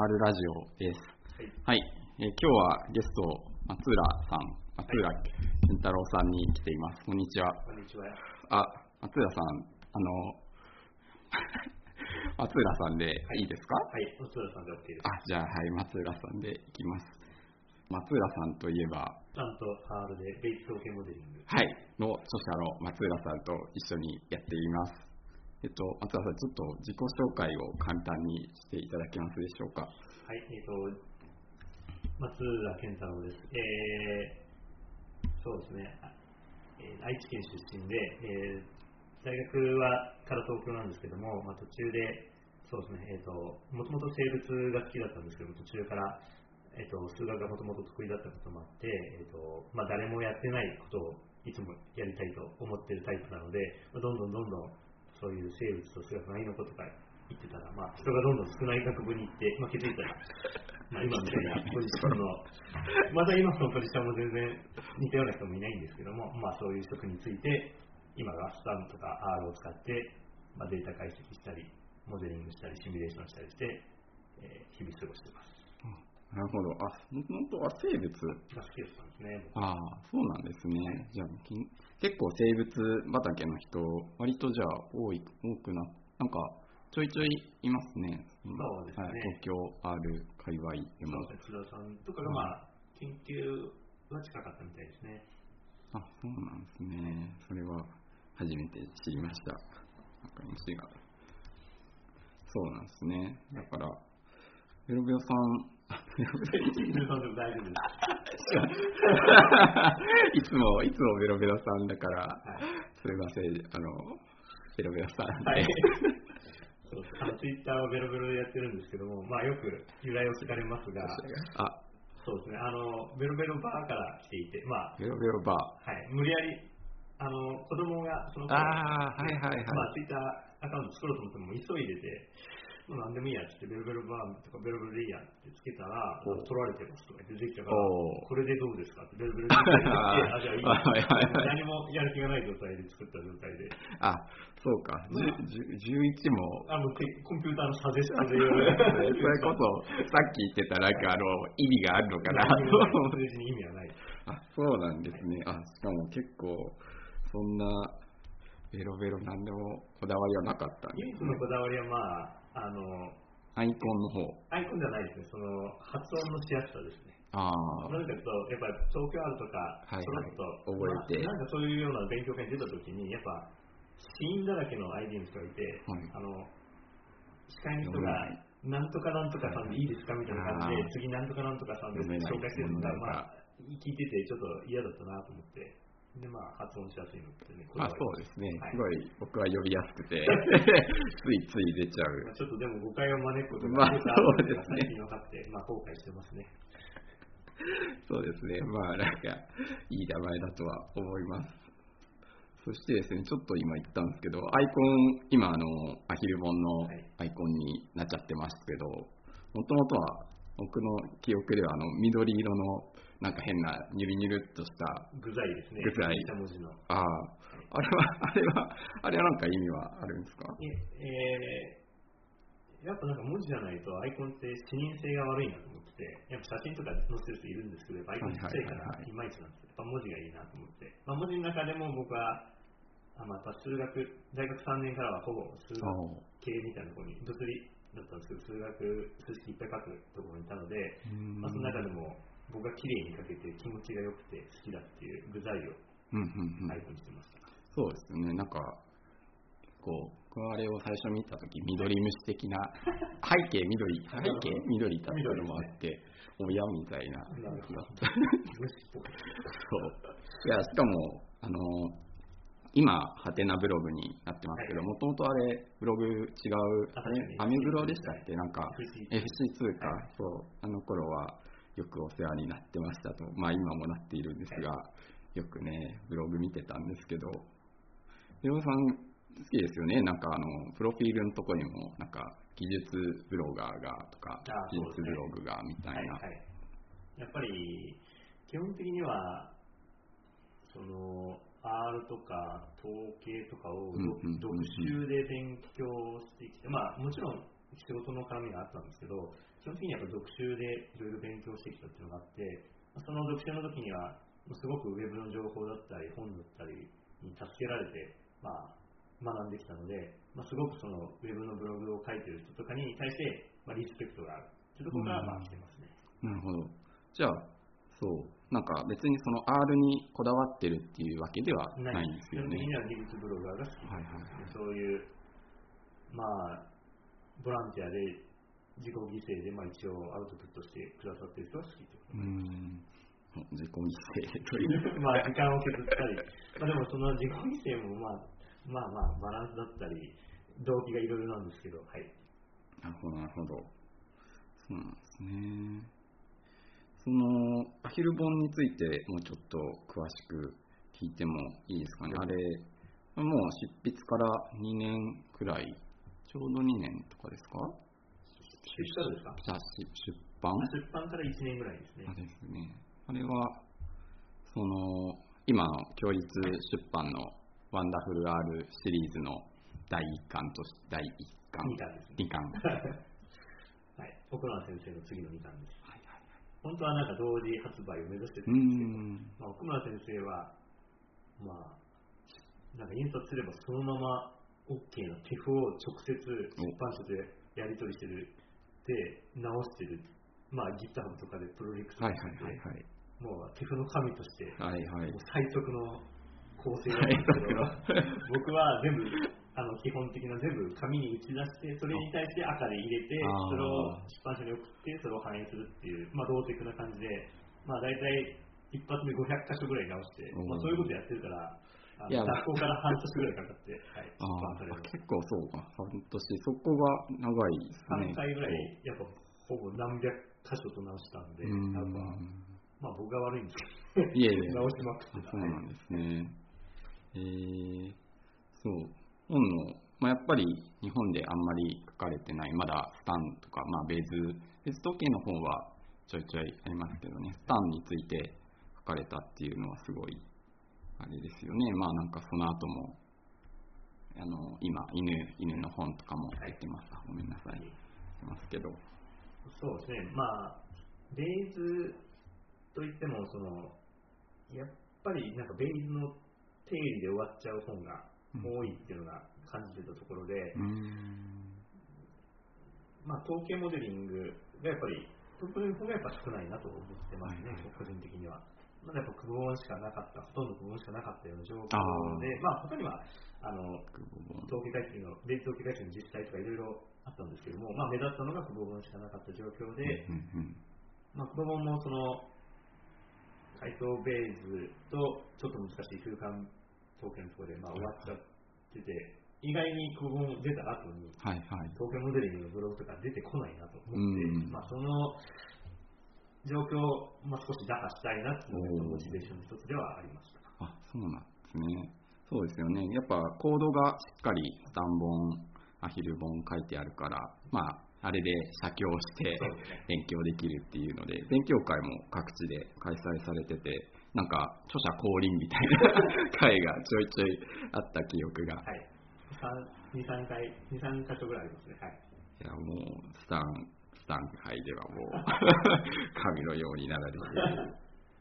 R ラジオです。はい、今日はゲスト松浦健太郎さんに来ています。こんにちは。 こんにちは。 松浦さん、松浦さんでいいですか？ はい、松浦さんで OK です。 じゃあ、はい、松浦さんでいきます。松浦さんといえば、 ちゃんと R でベイツ統計モデリング、 はい、の著者の松浦さんと一緒にやっています。松浦さん、ちょっと自己紹介を簡単にしていただけますでしょうか？ はい、松浦健太郎です。そうですね、愛知県出身で、大学から東京なんですけども、途中で、そうですね、もともと生物が好きだったんですけども、途中から、数学がもともと得意だったこともあって、誰もやってないことをいつもやりたいと思っているタイプなので、どんどんそういう生物と数学がいいのことか言ってたら、人がどんどん少ない学部に行って、気づいたら、今みたいなポジションの、また今のポジションも全然似たような人もいないんですけども、そういう職について、今がスタンとか R を使って、データ解析したり、モデリングしたり、シミュレーションしたりして、日々過ごしています。 なるほど。本当は生物が好きだったんですね。 そうなんですね。じゃあ結構生物畑の人、割とじゃあ多くなんかちょいちょいいますね。 そうですね。 東京 R 界隈でも。 そうですね。津田さんとかが研究は近かったみたいですね。 そうなんですね。それは初めて知りました。話が。そうなんですね。だからベロベロさん大丈夫です。 いつもベロベロさんだから、すいません、ベロベロさんで、 はい、ツイッターをベロベロでやってるんですけども、よく由来を聞かれますが、そうですね、ベロベロバーから来ていて、 ベロベロバー、はい、無理やり子供がその頃、ツイッターアカウント作ろうと思っても急いでて、何でもいいやってベロベロバーとかベロベロでいいやってつけたら、取られてますとか出てきたから、これでどうですかってベロベロで言って、じゃあいいです何もやる気がない状態で作った状態で。 そうか、11も。 コンピューターのサジェストでそれこそ、さっき言ってた意味があるのかなと。 別に意味はない。 そうなんですね。しかも結構、そんな、ベロベロなんでもこだわりはなかったんですね。 唯一のこだわりはアイコンの方。 アイコンではないですね。発音のしやすさですね。なぜかというと、やっぱり東京あるとか、そろっと覚えて、 そういうような勉強会に出たときに、やっぱ、死因だらけの ID の人がいて、司会の人が、なんとかなんとかさんでいいですかみたいな感じで、次なんとかなんとかさんで紹介してるのが、聞いててちょっと嫌だったなと思って。で発音しやすいのってね、 そうですね、すごい僕は呼びやすくてついつい出ちゃう。 ちょっとでも誤解を招くことがあるのが最近分かって、後悔してますね。 そうですね、いい名前だとは思います。そしてですね、ちょっと今言ったんですけど、アイコン、今アヒル本のアイコンになっちゃってますけど、もともとは僕の記憶では緑色の変なニュルニュルっとした具材ですね。 具材。 文字の。 あれは意味はあるんですか？ やっぱ文字じゃないとアイコンって視認性が悪いなと思ってて、やっぱ写真とか載せる人いるんですけど、アイコンちっちゃいからいまいちなんですよ。やっぱ文字がいいなと思って。文字の中でも僕は数学、大学3年からはほぼ数学系みたいなところに、物理だったんですけど、数式いっぱい書くところにいたので、その中でも僕が綺麗に書けて気持ちが良くて好きだっていう具材をアイコンにしてました。 そうですね、僕はあれを最初見たとき、緑虫的な、背景緑だったのもあって、親みたいな。そう。いや、しかも、今、ハテナブログになってますけど、もともとあれ、ブログ違う、アメブロでしたっけ？FC2 か、そう、あの頃はよくお世話になってましたと、今もなっているんですが、よくね、ブログ見てたんですけど、レオさん、好きですよね。プロフィールのところにも技術ブロガーがとか、技術ブログがみたいな。 やっぱり基本的にはR とか統計とかを独習で勉強してきて、もちろん仕事の絡みがあったんですけど、 基本的にはやっぱ読習でいろいろ勉強してきたっていうのがあって、その読習の時にはすごくウェブの情報だったり本だったりに助けられて、学んできたので、すごくそのウェブのブログを書いてる人とかに対して、リスペクトがあるというところから来てますね。 なるほど。じゃあそうなんか別にその R にこだわってるっていうわけではないんですよね。 基本的には技術ブロガーが好きです、そういうボランティアで自己犠牲で一応アウトプットしてくださっている人が好きということ自己犠牲という時間を削ったり、でもその自己犠牲もバランスだったり動機がいろいろなんですけど、はい。 なるほどなるほど。そうなんですね。そのアヒル本についてもうちょっと詳しく聞いてもいいですかね。あれもう執筆から2年くらい、ちょうど2年とかですか？出版から1年ぐらいですね。 ですね。あれはその今の共立出版のワンダフル R シリーズの第1巻として第1巻ですね。 2巻はい、奥村先生の次の2巻です。本当は同時発売を目指してたんですけど、奥村先生は印刷すればそのまま OK のテフを直接出版社でやり取りしてるで直してる、GitHub とかでプロジェクトしてて、もうテフの神として、もう最速の構成なんですけど僕は全部基本的な全部紙に打ち出してそれに対して赤で入れてそれを出版社に送ってそれを反映するっていうローテクな感じで大体一発目500箇所ぐらい直して、そういうことやってるから学校から半年ぐらいかかって、出版される。 結構そうか、半年、そこが長いですね。 3回ぐらいやっぱほぼ何百箇所と直したんで、僕が悪いんですけど直しまくってた。 そうなんですね。そう本の、やっぱり日本であんまり書かれてない、まだスタンとか、ベース時計の方はちょいちょいありますけどね、スタンについて書かれたっていうのはすごいあれですよね。その後も今犬の本とかも出てます。ごめんなさい。出てますけど。 そうですね。ベーズといってもやっぱりベーズの定理で終わっちゃう本が多いっていうのが感じてたところで、統計モデリングがやっぱり特に本がやっぱ少ないなと思ってますね、個人的には。やっぱ久保本しかなかった、ほとんど久保本しかなかったような状況で、他には統計解析のベース統計解析の実態とかいろいろあったんですけども、目立ったのが久保本しかなかった状況で、久保本も回答ベースとちょっと難しい空間統計のところで終わっちゃってて、意外に久保本出た後に、統計モデリングのブログとか出てこないなと思って、その状況を少し打破したいなっていうのがモチベーションの一つではありました。 そうなんですね。そうですよね。やっぱコードがしっかりスタン本、アヒル本書いてあるから、あれで写経して勉強できるっていうので、勉強会も各地で開催されてて、著者降臨みたいな会がちょいちょいあった記憶が。 2、3箇所ぐらいありますね。 いやもうスタン杯ではもう神のようになられている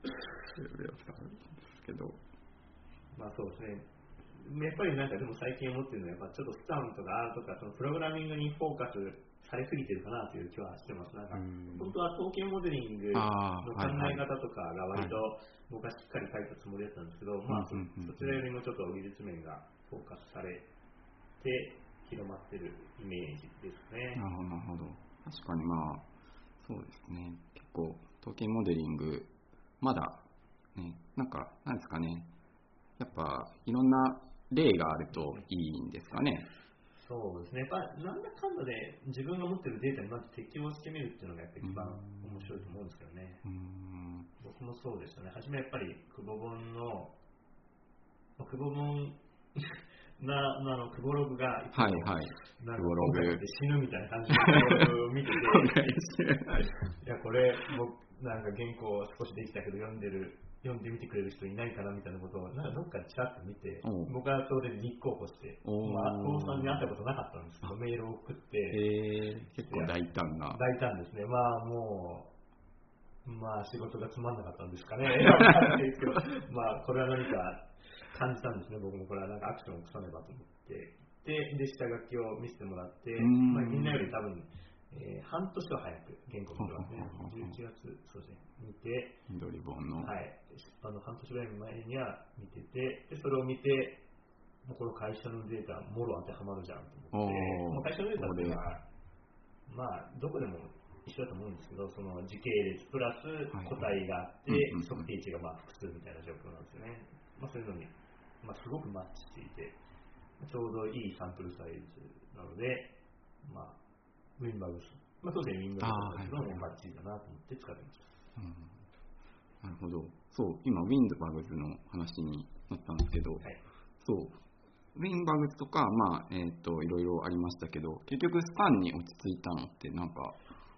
ですけど、 そうですね。やっぱりでも最近思ってるのはちょっとスタンとか R とかプログラミングにフォーカスされすぎてるかなという気はしてます。本当は統計モデリングの考え方とかが割と僕はしっかり書いたつもりだったんですけど、そちらよりもちょっと技術面がフォーカスされて広まってるイメージですね。 なるほど。確かにそうですね。結構統計モデリングまだね、なんですかね。やっぱいろんな例があるといいんですかね。 そうですね。やっぱなんだかんだで自分が持ってるデータにまず適用してみるっていうのがやっぱ一番面白いと思うんですけどね。僕もそうでしたね。初めやっぱり久保本久保ログが久保ログで死ぬみたいな感じのを見てていやこれ僕原稿少しできたけど読んでる読んでみてくれる人いないかなみたいなことをなんかどっかでちらっと見て、僕はそれで立候補して、まあ、父さんに会ったことなかったんですけど、メールを送って、 結構大胆な。 大胆ですね。まあもう、まあ仕事がつまんなかったんですかね。わからないですけど、まあこれは何か感じたんですね。僕もこれはなんかアクションを起こさねばと思って。で、下書きを見せてもらって、まあ、みんなより多分、半年は早く原稿見てますね。11月、そうですね、見て、 緑本の。 はい。半年ぐらい前には見てて、でそれを見て、もうこの会社のデータ、もろ当てはまるじゃんと思って、もう会社のデータっていうのは、まあ、どこでも一緒だと思うんですけど、その時系列プラス個体があって、測定値がまあ複数みたいな状況なんですよね。まあ、そういうのに、まあ、すごくマッチしていて、ちょうどいいサンプルサイズなので、まあ、ウィンバグス、まあ、当然ウィンバグスなんですけども、バッチリだなと思って使ってました。 なるほど。そう、今、ウィンドバグズの話になったんですけど、そう、ウィンバグズとか、まあ、いろいろありましたけど、結局、スタンに落ち着いたのって、なんか、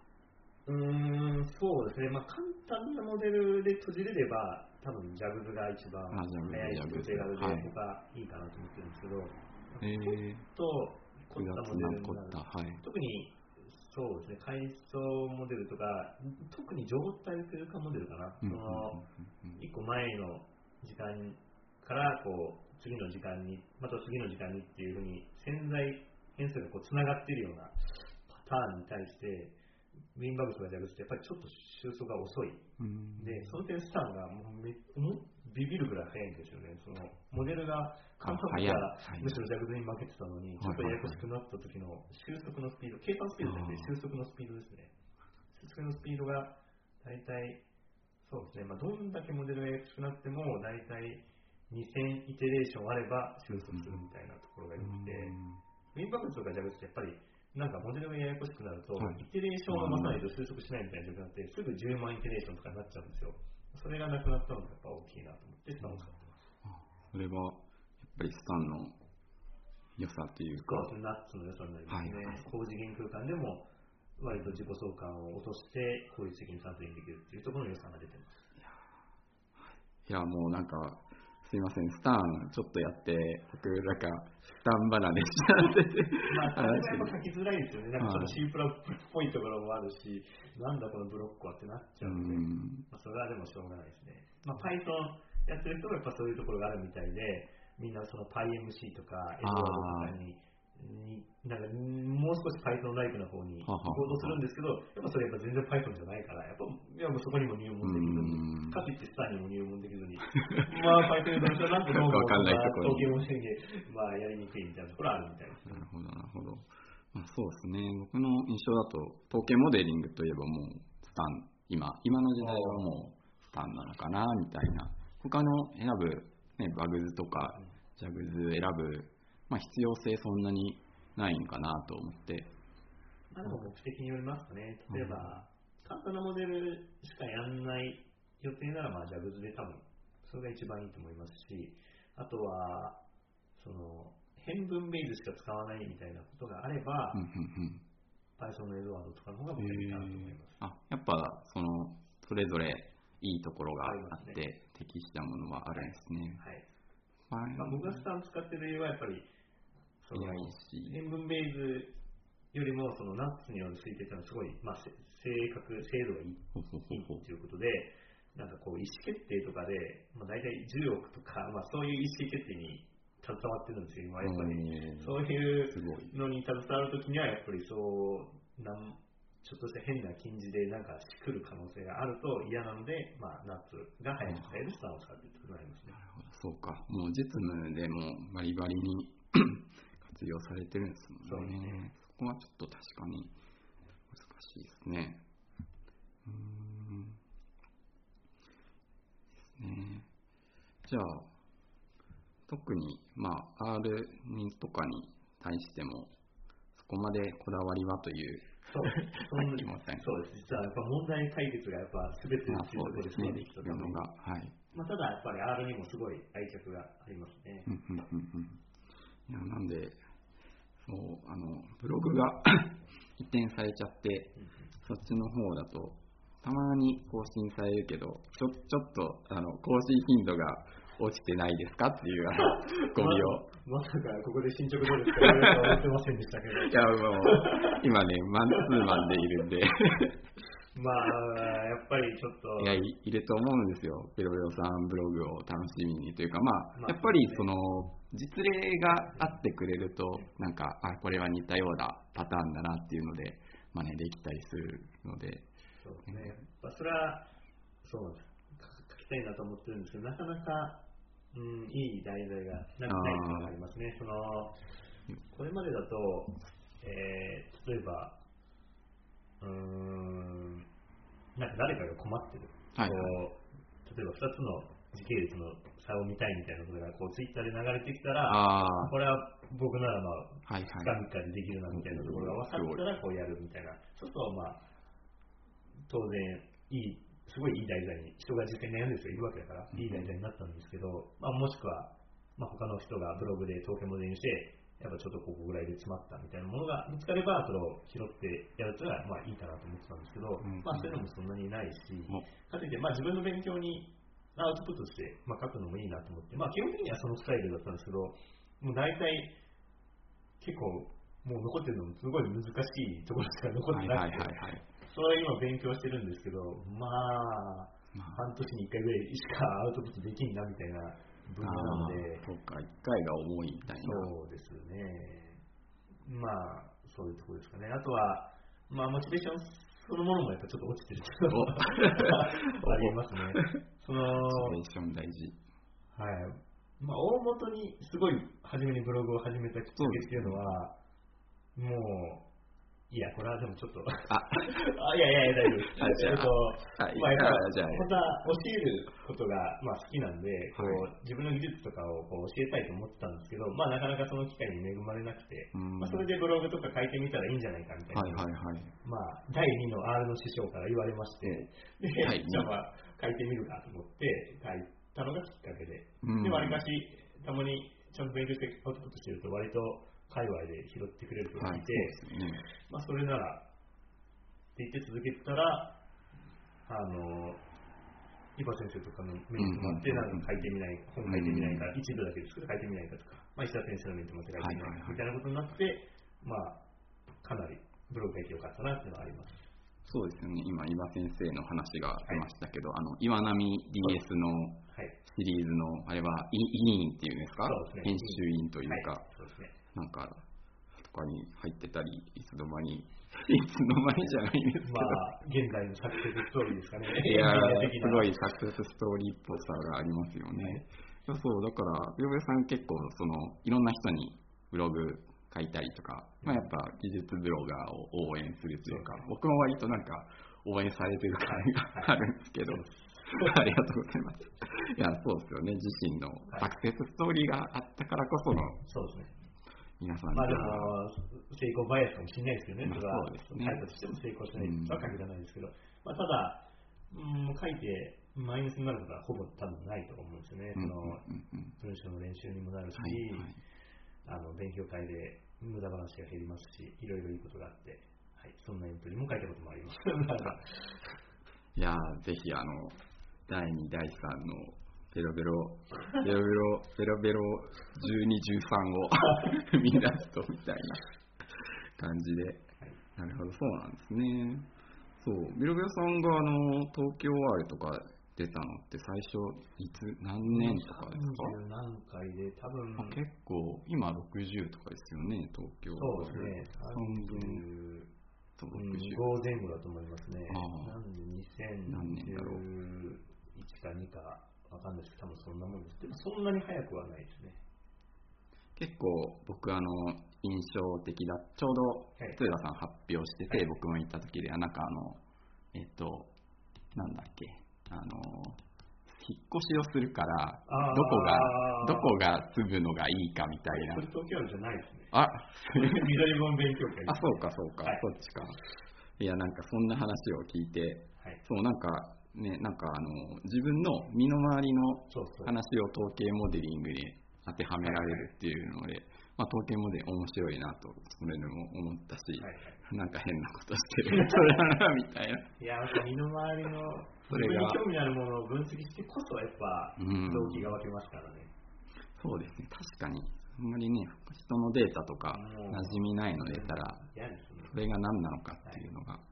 そうですね、まあ、簡単なモデルで閉じれれば、多分ジャグズが一番早いと手軽で、僕はいいかなと思ってるんですけど、ちょっと凝ったモデルになる、特にそうですね、階層モデルとか、特に状態空間モデルかな、その1個前の時間からこう次の時間に、また次の時間にっていうふうに潜在変数がこうつながっているようなパターンに対して、ウィンバグスとかジャグスってやっぱりちょっと収束が遅い。で、その点スタンがもうビビるぐらい早いんですよね。そのモデルが簡単だからむしろジャグスに負けてたのに、ちょっとややこしくなった時の収束のスピード、計算スピードじゃなくて収束のスピードですね。収束のスピードが大体、そうですね、まあ、どんだけモデルがややこしくなっても、大体2000イテレーションあれば収束するみたいなところがよくて、ウィンバグスとかジャグスってやっぱりなんかモデルがややこしくなると、イテレーションを待たないと収束しないみたいな状況になって、すぐ10万イテレーションとかになっちゃうんですよ。それがなくなったのがやっぱ大きいなと思ってスタンを使ってます。 それはやっぱりスタンの良さというか、 ナッツの良さになりますね。高次元空間でも割と自己相関を落として効率的にサンプリングできるっていうところの良さが出てます。 いやもうなんかすいません、スタンちょっとやって僕なんかスタン離れしちゃっててまあ、やっぱ書きづらいですよね。なんかちょっと C プラっぽいところもあるし、なんだこのブロックはってなっちゃうので、まあ、それはでもしょうがないですね。まあ、Python やってる人もやっぱそういうところがあるみたいで、みんなその PyMC とか Edward とかになんかもう少し Python ライクな方に行こうとするんですけど、やっぱそれやっぱ全然 Python じゃないから、やっぱそこにも入門できずに、かといってスターにも入門できずに、まあ Python でどうしようなんてどうも統計もしてまあやりにくいみたいなところはあるみたいです、ね。 なるほどなるほど。まあ、そうですね。僕の印象だと統計モデリングといえばもうスタン、今の時代はもうスタンなのかなみたいな。他の選ぶ、ね、バグズとかジャグズ選ぶ、まあ、必要性そんなにないんかなと思って。 まあ、でも目的によりますかね。例えば、簡単なモデルしかやんない予定なら、まあ、ジャグズで多分それが一番いいと思いますし、あとはその変分ベースしか使わないみたいなことがあれば、Python のエドワードとかの方が僕はいいかなと思います。 やっぱそれぞれいいところがあって、ね、適したものはあるんですね。 まあ、僕がスタン使ってる理由はやっぱりその変分ベースよりもそのナッツによる推定というのはすごい、まあ、精度がいいということで、なんかこう意思決定とかで、まあ、大体10億とか、まあ、そういう意思決定に携わってるんですよ、今やっぱり。そういうのに携わるときにはやっぱりちょっとした変な禁じでなんかしくる可能性があると嫌なので、まあ、ナッツが早く使えるスタンを使っているということになりますね。 なるほど、そうか。もう実務でもバリバリに活用されてるんですもんね。そこはちょっと確かに難しいですね。ですね。じゃあ特に、まあ、R とかに対してもそこまでこだわりはというそうです。実はやっぱ問題解決がやっぱ全てっていうところでそうできたのが、まあ、ただやっぱり R にもすごい愛着がありますね。 いやなんでそうブログが移転されちゃって、そっちの方だとたまに更新されるけど、ちょっと更新頻度が落ちてないですかっていうゴミをまさかここで進捗どうですか言われるとは思ってませんでしたけど。 いやもう今ねマンツーマンでいるんでまあやっぱりちょっといやいると思うんですよ。ペロペロさんブログを楽しみにというか、やっぱりその実例があってくれるとなんかこれは似たようなパターンだなっていうので真似できたりするので。 そうですね。それはそうなんです。書きたいなと思ってるんですけど、なかなか、いい題材がないっていうのがありますね。これまでだと、例えばなんか誰かが困ってる、 はいはい、 例えば2つの時系列の差を見たいみたいなことがツイッターで流れてきたら、これは僕なら2日3日でできるなみたいなところが分かったらやるみたいな、そうすると当然すごいいい題材に人が実際に悩んでる人がいるわけだから、いい題材になったんですけど、もしくは、他の人がブログで統計モデルにしてやっぱちょっとここぐらいで詰まったみたいなものが見つかればそれを拾ってやるというのはいいかなと思ってたんですけど、そういうのもそんなにないし、かといって自分の勉強にアウトプットして書くのもいいなと思って、基本的にはそのスタイルだったんですけど、もう大体結構もう残ってるのもすごい難しいところしか残ってなくて、それ今勉強してるんですけど、半年に1回ぐらいしかアウトプットできんなみたいな分野なので。 そうか、1回が重いみたいな。 そうですね。そういうところですかね。あとは、モチベーションそのものもやっぱちょっと落ちてるけどありますね。 モチベーション大事。 はい。大元にすごい初めにブログを始めたきっかけっていうのは、もう、いや、これはでもちょっといや、大丈夫です。本当は教えることが好きなんで、自分の技術とかを教えたいと思ってたんですけど、なかなかその機会に恵まれなくて、それでブログとか書いてみたらいいんじゃないかみたいな、第2の R の師匠から言われまして、じゃあ書いてみるかと思って書いたのがきっかけで、わりかしたまにちゃんと勉強してアウトプットしてると割と界隈で拾ってくれる人がいて、それならって言って続けてたら、伊庭先生とかの目に留まって、なんか書いてみない、本書いてみないから、一部だけですけど書いてみないかとか、石田先生の目に留まって書いてみないかみたいなことになって、かなりブログがいてよかったなっていうのはあります。 そうですよね。今、伊庭先生の話が出ましたけど、岩波 DS のシリーズの、あれは委員っていうんですか、編集員というか、なんかとかに入ってたり、いつの間にじゃないんですけど、 現在のサクセスストーリーですかね。 いやすごいサクセスストーリーっぽさがありますよね。そうだからビオベさん結構いろんな人にブログ書いたりとか、やっぱ技術ブロガーを応援するというか、僕も割となんか応援されてる感があるんですけど、ありがとうございます。いやそうですよね。自身のサクセスストーリーがあったからこその、 そうですね。 皆さんでも成功バイアスかもしれないですけどね。 そうですね。 書いたとしても成功しないとは限らないですけど、ただ書いてマイナスになることはほぼ多分ないと思うんですよね。文章の練習にもなるし、勉強会で無駄話が減りますし、いろいろいいことがあって、そんなエントリーも書いたこともあります。 いやぜひ第2、第3のベロベロ12、13を踏み出すとみたいな感じで、なるほど、そうなんですね。ベロベロさんが東京ワールとか出たのって最初いつ何年とかですか ？30何回で多分、 結構今60とかですよね、東京ワール。そうですね。35前後だと思いますね。なんで2011か2かわかんないですけど、多分そんなもんです。でもそんなに早くはないですね。 結構僕印象的だ。ちょうど豊田さん発表してて、僕も行った時で、なんかなんだっけ、引っ越しをするからどこが住むのがいいかみたいな。 それ東京じゃないですね。 緑本勉強会。 そうか、そっちか。いや、なんかそんな話を聞いて、なんかね、なんか自分の身の回りの話を統計モデリングで当てはめられるっていうので、 まあ、統計モデル面白いなとそれでも思ったし、 はいはい、 なんか変なことしてる人だなみたいな。 いや、身の回りのそれが自分に興味あるものを分析してこそやっぱ動機が分けますからね。 そうですね、確かにあんまりね人のデータとか馴染みないのでたら、それが何なのかっていうのが、はい、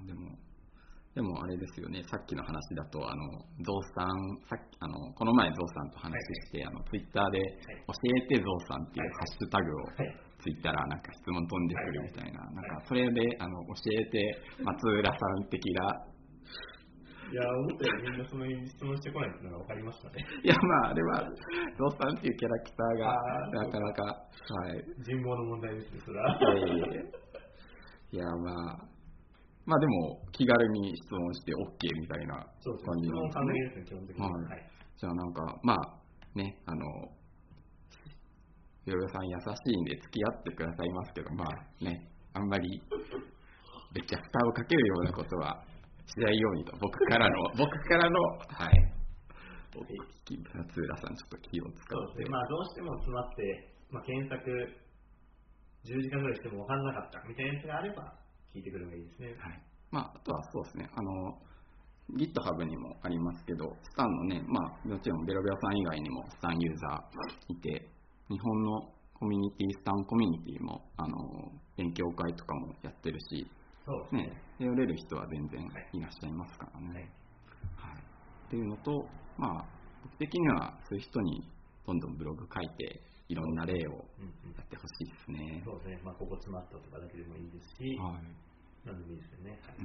でもあれですよね、さっきの話だとゾウさんこの前ゾウさんと話して、ツイッターで教えてゾウさんっていうハッシュタグをツイッターらなんか質問飛んでくるみたいな、なんかそれで教えて松浦さん的な。 いや、思ったよりみんなその質問してこないっていうのが分かりましたね。 いや、まああれはゾウさんっていうキャラクターがなかなか、はい、 人望の問題ですね、それは。 いや、まあでも気軽に質問して OK みたいな感じなんですね。 ですね、基本的に。はい。 じゃあなんかまあね、ヨヨさん優しいんで付き合ってくださいますけど、まあね、あんまりめっちゃ蓋をかけるようなことはしないようにと僕からのはい。松浦さんちょっと気を使って。 まあどうしても詰まって、検索10時間ぐらいしても分からなかったみたいなやつがあれば聞いてくればいいですね。 はい。あとはそうですね。GitHub にもありますけど、スタンのね、もちろんベロベロさん以外にもスタンユーザーいて、日本のコミュニティ、スタンコミュニティも勉強会とかもやってるし、 そうですね。 頼れる人は全然いらっしゃいますからね。はい。っていうのと、僕的にはそういう人にどんどんブログ書いて、いろんな例をやってほしいですね。 そうですね。ここ詰まったとかだけでもいいですし、はい、なんでもいいですよね。はい。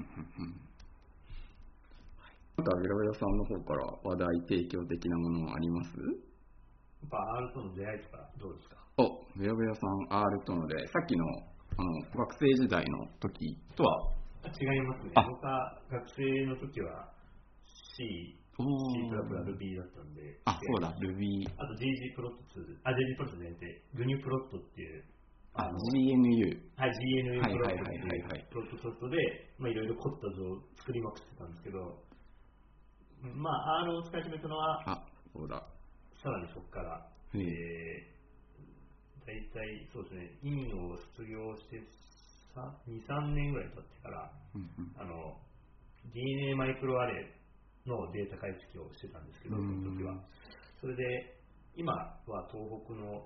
なんかベロベロさんの方から話題提供的なものはあります？ やっぱ R との出会いとかどうですか？ ベロベロさん R との出会い、さっきの学生時代の時とは違いますね。僕は学生の時は C プラプラ Ruby だったんで。 そうだ、Ruby。 あと GG プロット2。GG プロットじゃなくて、グニュプロットっていう。 GNU。 はい、GNU プロットっていうプロットソフトで、いろいろ凝った図を作りまくってたんですけど、R を使い始めたのは、 そうだ。 さらにそこから、大体そうですね、院を卒業して2、3年ぐらい経ってから、DNA マイクロアレイのデータ解析をしてたんですけど、その時は。それで、今は東北の、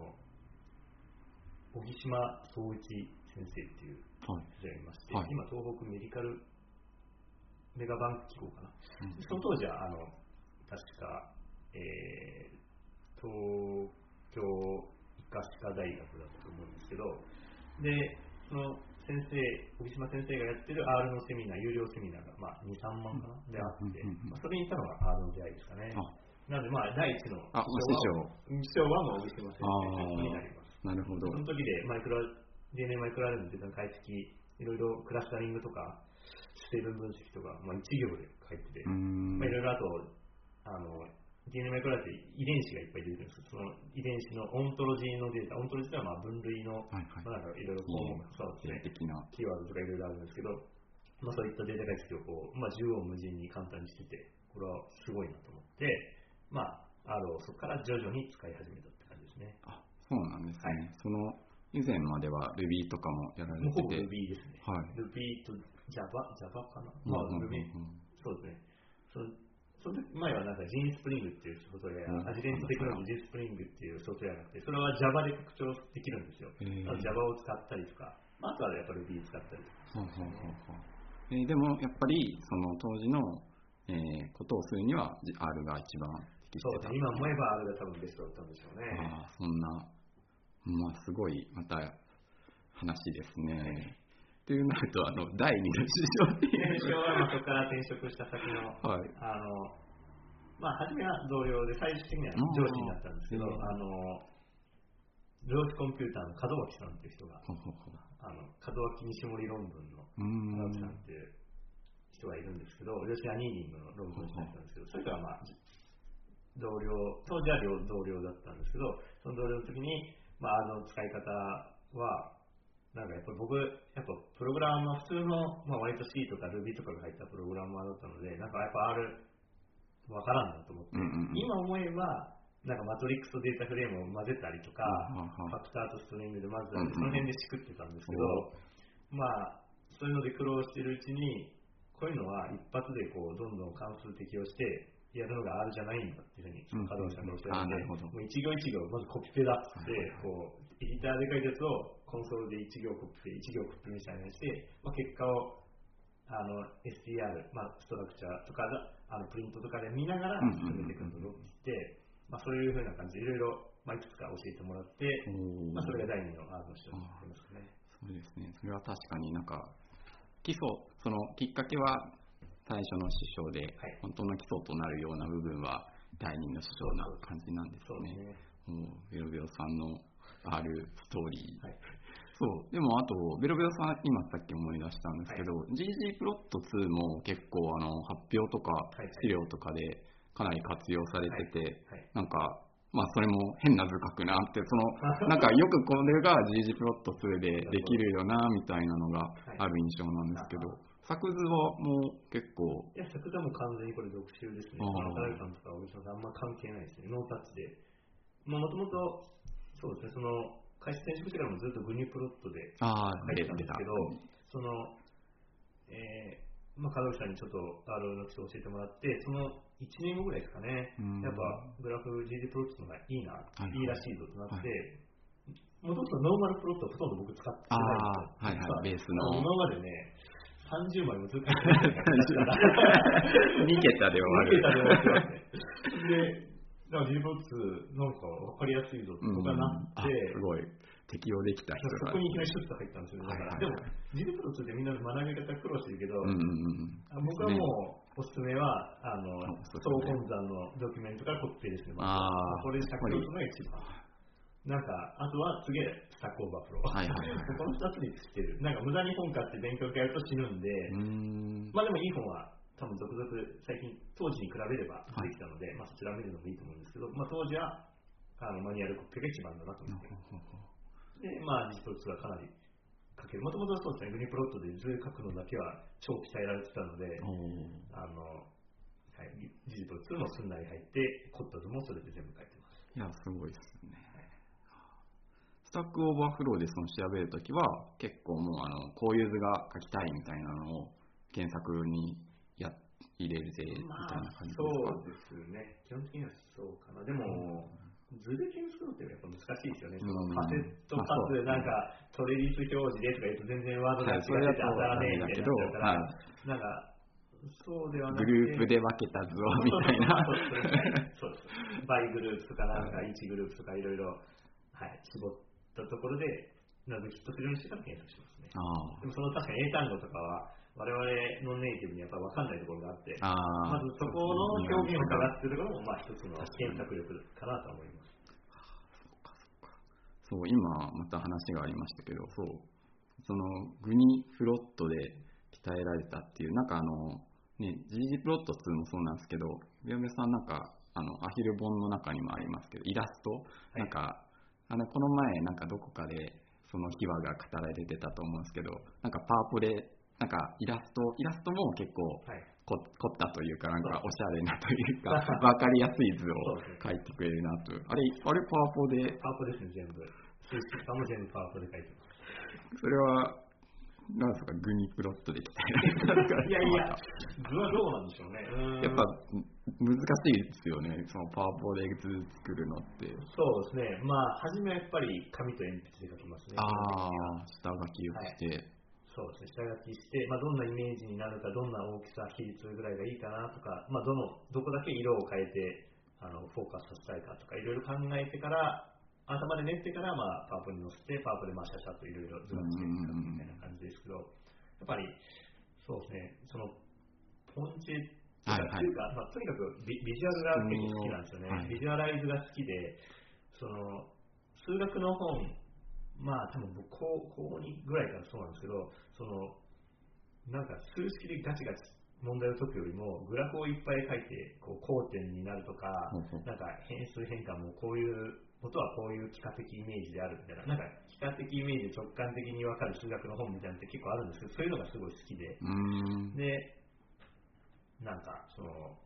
小木島総一先生っていう先生がいまして、今東北メディカルメガバンク機構かな。その当時は、確か、東京医科歯科大学だったと思うんですけど、で、その先生、小木島先生がやってる R のセミナー、有料セミナーが、2、3万かな、であって、それに行ったのが R の出会いですかね。なので、第一の師匠は小木島先生になります。 なるほど。 その時でDNA マイクロアレイのデータの解析、いろいろクラスタリングとか、成分分析とか、1行で書いてて、いろいろあと、DNA マイクロアレイって遺伝子がいっぱい出てくるんです。その遺伝子のオントロジーのデータ、オントロジーというのは分類の、いろいろ項目、そうですね、キーワードとかいろいろあるんですけど、そういったデータ解析を縦横無尽に簡単にしてて、これはすごいなと思って、R をそこから徐々に使い始めたって感じですね。 そうなんですね。その以前までは Ruby とかもやられてて。 ほぼ Ruby ですね。Ruby と Java かな。Ruby、そうですね。その前はGenSpring っていうソフトウェア、アジレントテクノロジー GenSpring っていうソフトウェアがあって、それは Java で拡張できるんですよ。Java を使ったりとか、あとはやっぱり Ruby 使ったりとか。 でもやっぱりその当時の、ことをするには R が一番適してた。 今思えば R が多分ベストだったんでしょうね。 そんな、すごいまた話ですね。っていうなると、第二の師匠っていう。 師匠はそこから転職した先の、初めは同僚で、最終的には上司になったんですけど、量子コンピューターの門脇さんっていう人が、門脇西森論文の門脇さんっていう人がいるんですけど、量子アニーリングの論文をした人なんですけど、それとは同僚、当時は同僚だったんですけど、その同僚の時に、使い方は、やっぱり僕、プログラマー、普通の、割と C とか Ruby とかが入ったプログラマーだったので、やっぱ R わからんなと思って、今思えば、 なんかマトリックスとデータフレームを混ぜたりとか、ファクターとストリングで混ぜたり、その辺でしくってたんですけど、まあ、そういうので苦労してるうちに、こういうのは一発でこうどんどん関数適用してやるのが R じゃないんだっていうふうに門脇さんがおっしゃるので、もう一行一行まずコピペだって、こうエディターで書いたやつをコンソールで一行コピペ、一行コピペみたいにして、まあ、結果をSTR、まあ、ストラクチャーとかプリントとかで見ながら進めていくんだぞって言って、まあ、そういうふうな感じでいろいろ、まあ、いくつか教えてもらって、まあ、それが第2の R の人になってますね。 そうですね。それは確かになんか基礎、そのきっかけは最初の師匠で、はい、本当の基礎となるような部分は第二の師匠な感じなんですね。もうベロベロさんの R ストーリー、はい、そうでもあとベロベロさん今さっき思い出したんですけど、はい、GG プロット2も結構発表とか資料とかでかなり活用されてて、はいはい、なんかまあそれも変な図書くなってなんかよくこれが GG プロット2でできるよなみたいなのがある印象なんですけど、作図はもう結構。 いや、作図はもう完全にこれ独習ですね。田中さんとか小口さんあんま関係ないですね。ノータッチで。もともと、そうですね、開始転職してからもずっとグニプロットで書いてたんですけど、まあ、門脇さんにちょっと R の基礎を教えてもらって、その1年後ぐらいですかね、やっぱグラフ GG プロットの方がいいな、いいらしいぞとなって、もともとノーマルプロットほとんど僕使ってないんですよ。 ベースの。 今までね、30枚もずっと書いてないから 2桁で終わる。 2桁で終わってますね。で、だから GG プロットなんか分かりやすいぞとかなって、 すごい。適用できた人がそこにいきなりシュッと入ったんですよね。だから、でも、GG プロットでみんな学び方苦労してるけど、僕はもうおすすめは、総本山のドキュメントからコピペですね。これで着用するのが一番。なんか、あとは次スタックオーバーフロー。この2つにつってる。なんか無駄に本買って勉強会やると死ぬんで、まあでもいい本は多分続々最近、当時に比べればできたので、まあそちらを見るのもいいと思うんですけど、まあ当時はマニュアルコピペが一番だなと思って。で、まあ、実物はかなり書ける。もともとそうですね、グニプロットで図書くのだけは超鍛えられてたので、実物もすんなり入って、凝った図もそれで全部書いてます。 いや、すごいですよね。スタックオーバーフローで調べるときは、結構もうこういう図が書きたいみたいなのを検索に入れるぜみたいな感じですか？ そうですね。基本的にはそうかな。でも、図で検索ってやっぱ難しいですよね。カセットパスなんかトレリス表示でとか言うと全然ワードが違ってて当たらねえみたいになっちゃうから、なんかそうではなくてグループで分けた図をみたいな。 そうです。バイグループとかなんか1グループとかいろいろ絞ったところでなぜヒットするようにしてから検索しますね。でも確かに英単語とかは我々のネイティブにやっぱ分かんないところがあって、まずそこの表現を探すというところもまあ一つの検索力かなと思います。 そう、今また話がありましたけど、そのグニプロットで鍛えられたっていう、なんかGG プロット2もそうなんですけど、ビオメさんなんかアヒル本の中にもありますけど、イラスト、なんかこの前なんかどこかでその秘話が語られてたと思うんですけど、なんかパワポでなんかイラストも結構凝ったというか、なんかおしゃれなというか分かりやすい図を描いてくれるなと。あれパワポで？ パワポですね、全部。数式化も全部パワポで描いてます。 それはなんですか、グニプロットで鍛えられた。 いやいや、図はどうなんでしょうね。 やっぱ難しいですよね、そのパワポで図作るのって。 そうですね。まあ初めはやっぱり紙と鉛筆で描きますね。 下書きをして。 そうですね、下書きして、まあ、どんなイメージになるか、どんな大きさ、比率ぐらいがいいかなとか、まあ、どこだけ色を変えてフォーカスさせたいかとか、いろいろ考えてから、頭で練ってから、まあ、パワポに載せて、パワポでまあシャシャといろいろ図がつけていくみたいな感じですけど、やっぱり、そうですね、ポンチというか、まあ、とにかくビジュアルが結構好きなんですよね。ビジュアライズが好きで、数学の本、まあ多分僕高2ぐらいからそうなんですけど、なんか数式でガチガチ問題を解くよりもグラフをいっぱい書いて交点になるとか、なんか変数変換もこういうことはこういう幾何的イメージであるみたいな、なんか幾何的イメージ直感的に分かる数学の本みたいなのって結構あるんですけど、そういうのがすごい好きで、でなんか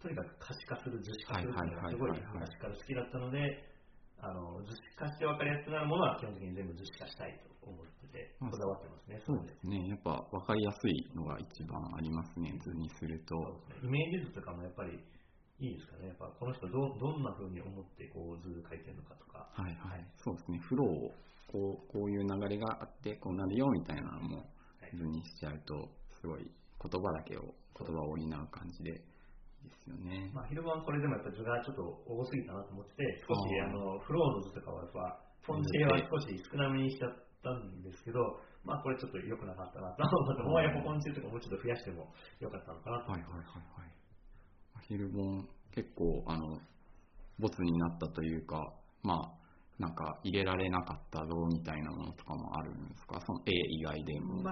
とにかく可視化する、図式化するっていうのがすごい昔から好きだったので、図式化して分かりやすくなるものは基本的に全部図式化したいと思ってて、こだわってますね。 そうですね。やっぱ分かりやすいのが一番ありますね、図にすると。 イメージ図とかもやっぱりいいですかね。やっぱこの人どんな風に思ってこう図書いてるのかとか。 はいはい。そうですね。フローをこういう流れがあってこうなるよみたいなのも図にしちゃうと、すごい言葉を補う感じでいいですよね。 昼間これでもやっぱ図がちょっと多すぎたなと思ってて、少しフローの図とかはやっぱフォント系は少し少なめにしちゃったんですけど、これちょっと良くなかったなと思って、もうやっぱフォントとかもうちょっと増やしても良かったのかなと思って。 アヒル本結構ボツになったというか、なんか入れられなかったぞみたいなものとかもあるんですか、その絵以外でも。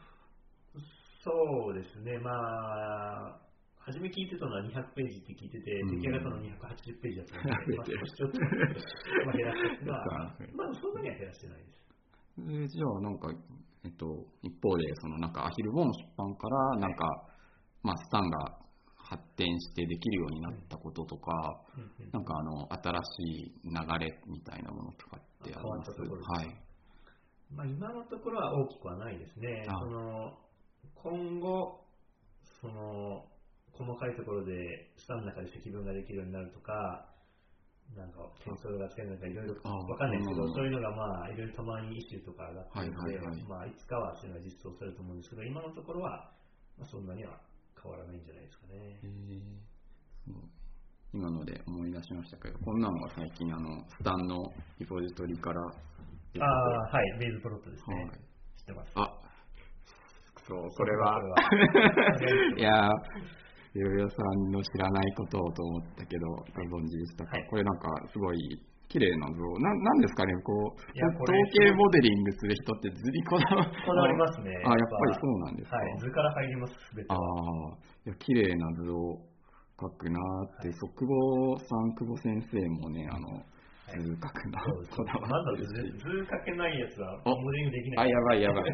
そうですね。初め聞いてたのは200ページって聞いてて、出来上がったの280ページだったので、少しちょっと減らしてそんなには減らしてないです。 じゃあなんか、一方でなんかアヒル本出版からなんか、スタンが発展してできるようになったこととか、なんか新しい流れみたいなものとかってあります？ はい。今のところは大きくはないですね。今後細かいところでスタンの中で積分ができるようになるとか、なんかテンソールがつけるのかいろいろわかんないですけど、そういうのがいろいろたまにイシューとか上がっているので、いつかはそういうのが実装されると思うんですけど、今のところはそんなには変わらないんじゃないですかね。 今ので思い出しましたけど、こんなのが最近スタンのリポジトリからはい、ベーズプロットですね。知ってます。 そう、これはいやヨヨさんの知らないことをと思ったけど、ご存知でしたか？これなんかすごい綺麗な図を、なんですかね、統計モデリングする人って図にこだわりますね。 やっぱりそうなんですか。 図から入ります、すべては。 綺麗な図を描くなって、久保先生もね、図描くなこだわってるし。 図描けないやつはモデリングできない。 やばい。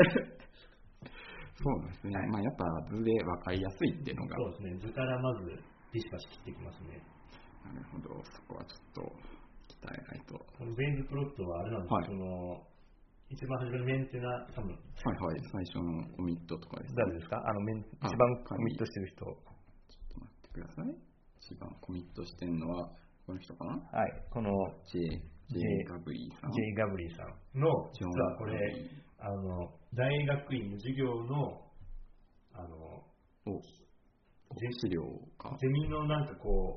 そうですね。やっぱ図で分かりやすいっていうのが。 そうですね。図からまずビシバシ切ってきますね。 なるほど。そこはちょっと鍛えないと。 このベーズプロットはあれなんですけど、一番初めのメンテナ多分。 最初のコミットとかです。 誰ですか？一番コミットしてる人。 ちょっと待ってください。一番コミットしてるのはこの人かな？ はい。この J ガブリーさん。 J ガブリーさんの実はこれ大学院の授業の資料か。 ゼミのなんか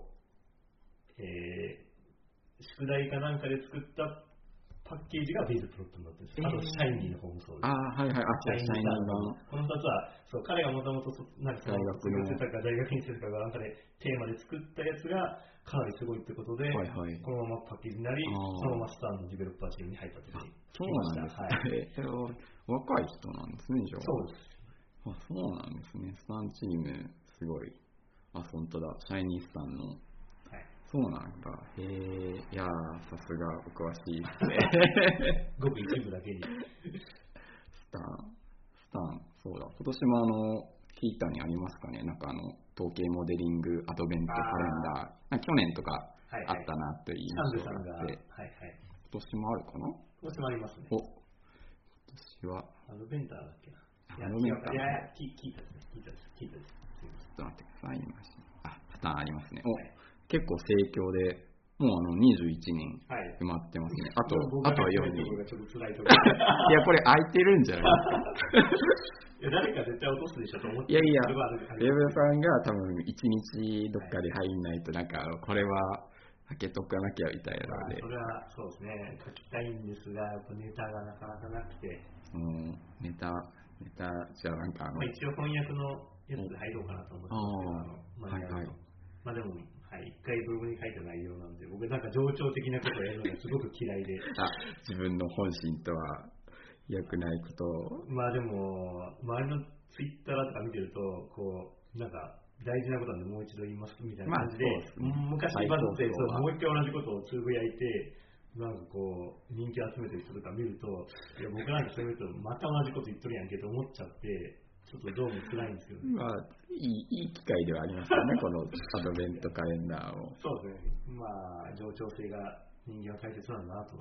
宿題かなんかで作ったパッケージがベーズプロットになってるんです。あとシャイニーの方もそうです。 シャイニー版。 この2つは彼がもともと大学院生とか大学院生とかがなんかでテーマで作ったやつがかなりすごいってことで、このままパッケージになり、そのままスタンのディベロッパーチームに入ったというふうに聞きました。 若い人なんですね、じゃあ。 そうです。 そうなんですね。スタンチームすごい。本当だ。シャイニースタンの。そうなんだ。いやさすがお詳しいですね。 ごく一部だけに。 スタン、そうだ。今年もヒーターにありますかね。なんか統計モデリングアドベントカレンダー。去年とかあったなという印象があって。今年もあるかな？ 今年もありますね。 今年はアドベンターだっけな。聞いたです。ちょっと待ってください。パターンありますね。結構盛況で、もう21人埋まってますね。あとは4人。いや、これ空いてるんじゃないですか。誰か絶対落とすでしょと思って。 いや、レブさんが多分1日どっかで入んないと、なんか、これは開けとかなきゃみたいなので。 それはそうですね。書きたいんですが、やっぱネタがなかなかなくて。 ネタじゃあなんか一応翻訳のやつで入ろうかなと思ってますけど、でも、一回ブログに書いた内容なんで、僕なんか情緒的なことをやるのがすごく嫌いで。 自分の本心とは良くないことを。 でも、周りのツイッターとか見てると、なんか、大事なことなんでもう一度言いますみたいな感じで、昔バズってもう一回同じことをつぶやいて、なんか人気集めてる人とか見ると、いや僕なんかそういうとまた同じこと言っとるやんけと思っちゃって、 ちょっとどうも辛いんですよね。 まあ、いい機会ではありますよね、このアドベントカレンダーを。 そうですね。まあ、冗長性が人間は大切なんだなと、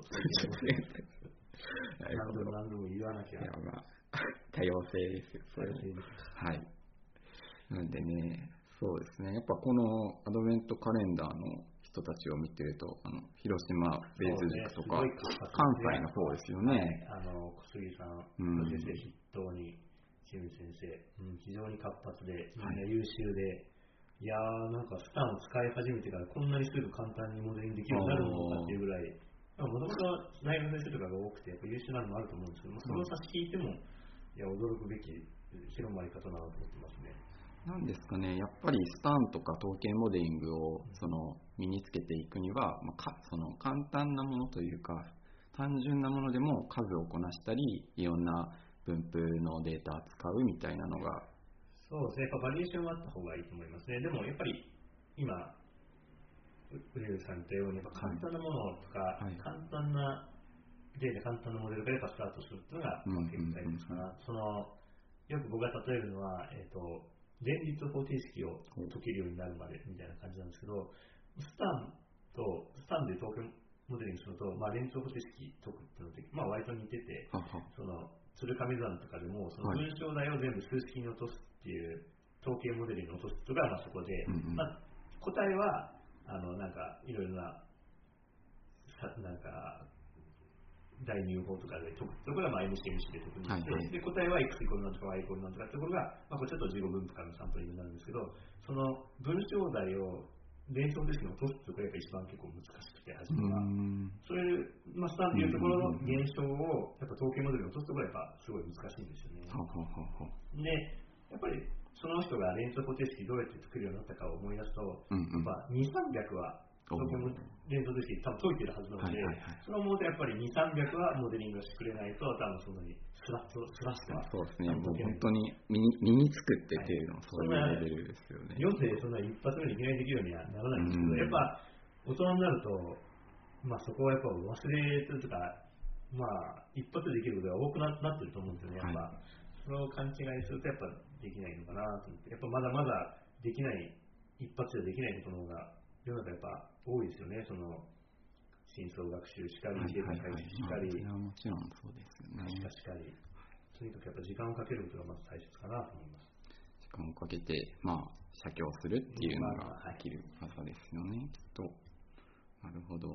何度も言わなきゃ。 いや、まあ、多様性ですよ、それ。はい。なんでね、そうですね、やっぱこのアドベントカレンダーの人たちを見てると、広島ベース塾とか、関西の方ですよね。 小杉さん、先生筆頭に、清水先生、非常に活発で、みんな優秀で、いやー、なんかスタンを使い始めてからこんなにすぐ簡単にモデリングできるようになるのかっていうぐらい、もともと大学先生とかが多くて、やっぱ優秀なのもあると思うんですけども、その差し聞いても、いや、驚くべき広まり方だなと思ってますね。 なんですかね、やっぱりスタンとか統計モデリングを身につけていくには、その簡単なものというか、単純なものでも数をこなしたり、いろんな分布のデータを使うみたいなのが。 そうですね、やっぱバリエーションがあった方がいいと思いますね。でもやっぱり今、ウリュウさん言ったように、簡単なものとか、簡単なデータ、簡単なモデルからやっぱスタートするっていうのが結構大切かな。よく僕が例えるのは、連立方程式を解けるようになるまでみたいな感じなんですけど、スタンで統計モデリングすると、連立方程式解くっていうのって、割と似てて、鶴亀山とかでも、その文章題を全部数式に落とすっていう統計モデルに落とすとかがそこで、答えは、なんかいろいろな、なんか、代入法とかで解くところがMCMC で解くにして、で答えは X イコールなんとか Y イコールなんとかってところが、これちょっと15分布からのサンプリングになるんですけど、その文章題を連想ですけど落とすところが一番結構難しくて、初めは。そういう、スタンっていうところの現象を、やっぱ統計モデルに落とすところがやっぱすごい難しいんですよね。で、やっぱりその人が連想方程式どうやって作るようになったかを思い出すと、やっぱ2、300は統計も連想方程式多分解いてるはずなので、その思うとやっぱり2、300はモデリングをしてくれないと、多分そんなにスラッとは。 そうですね、もう本当に身につくってっていうの、そういうレベルですよね。 読んでそんな一発目にいきなりできるようにはならないんですけど、やっぱ大人になると、そこはやっぱ忘れてるとか、一発でできることが多くなってると思うんですよね。やっぱ、それを勘違いするとやっぱできないのかなと思って、やっぱまだまだできない、一発でできないことの方が世の中やっぱ多いですよね。その深層学習しかり、データ解析しかり、 もちろんそうですよね。 しかり、とにかくやっぱ時間をかけることがまず大切かなと思います。 時間をかけて、写経するっていうのができる技ですよね、きっと。なるほど。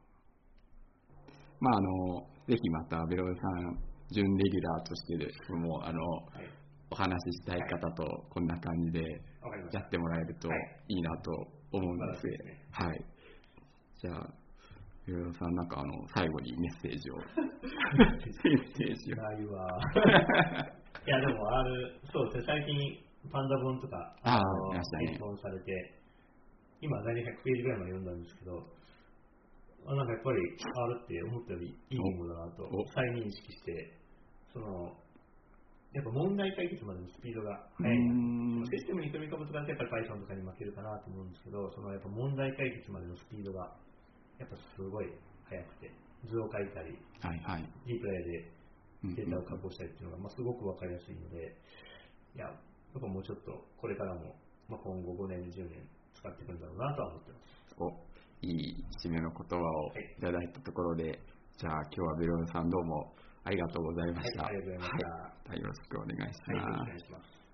ぜひまたベロさん、準レギュラーとしてもお話ししたい方とこんな感じでやってもらえるといいなと思うんです。はい。じゃあ、ベロさん、なんか最後にメッセージを。 ないわ。いや、でもそうですね、最近、パンダ本とか、配本されて、今、大体100ページぐらいまで読んだんですけど、なんかやっぱり R って思ったよりいい言語だなと再認識して、やっぱ問題解決までのスピードが速いな。システムに組み込むとかってやっぱり Python とかに負けるかなと思うんですけど、やっぱ問題解決までのスピードがやっぱすごい速くて、図を書いたり、リプライでデータを加工したりっていうのがすごくわかりやすいので、やっぱもうちょっとこれからも今後5年、10年使っていくんだろうなとは思ってます。 いい締めの言葉をいただいたところで、じゃあ今日はベロさんどうもありがとうございました。 ありがとうございました。 よろしくお願いします。 お願いします。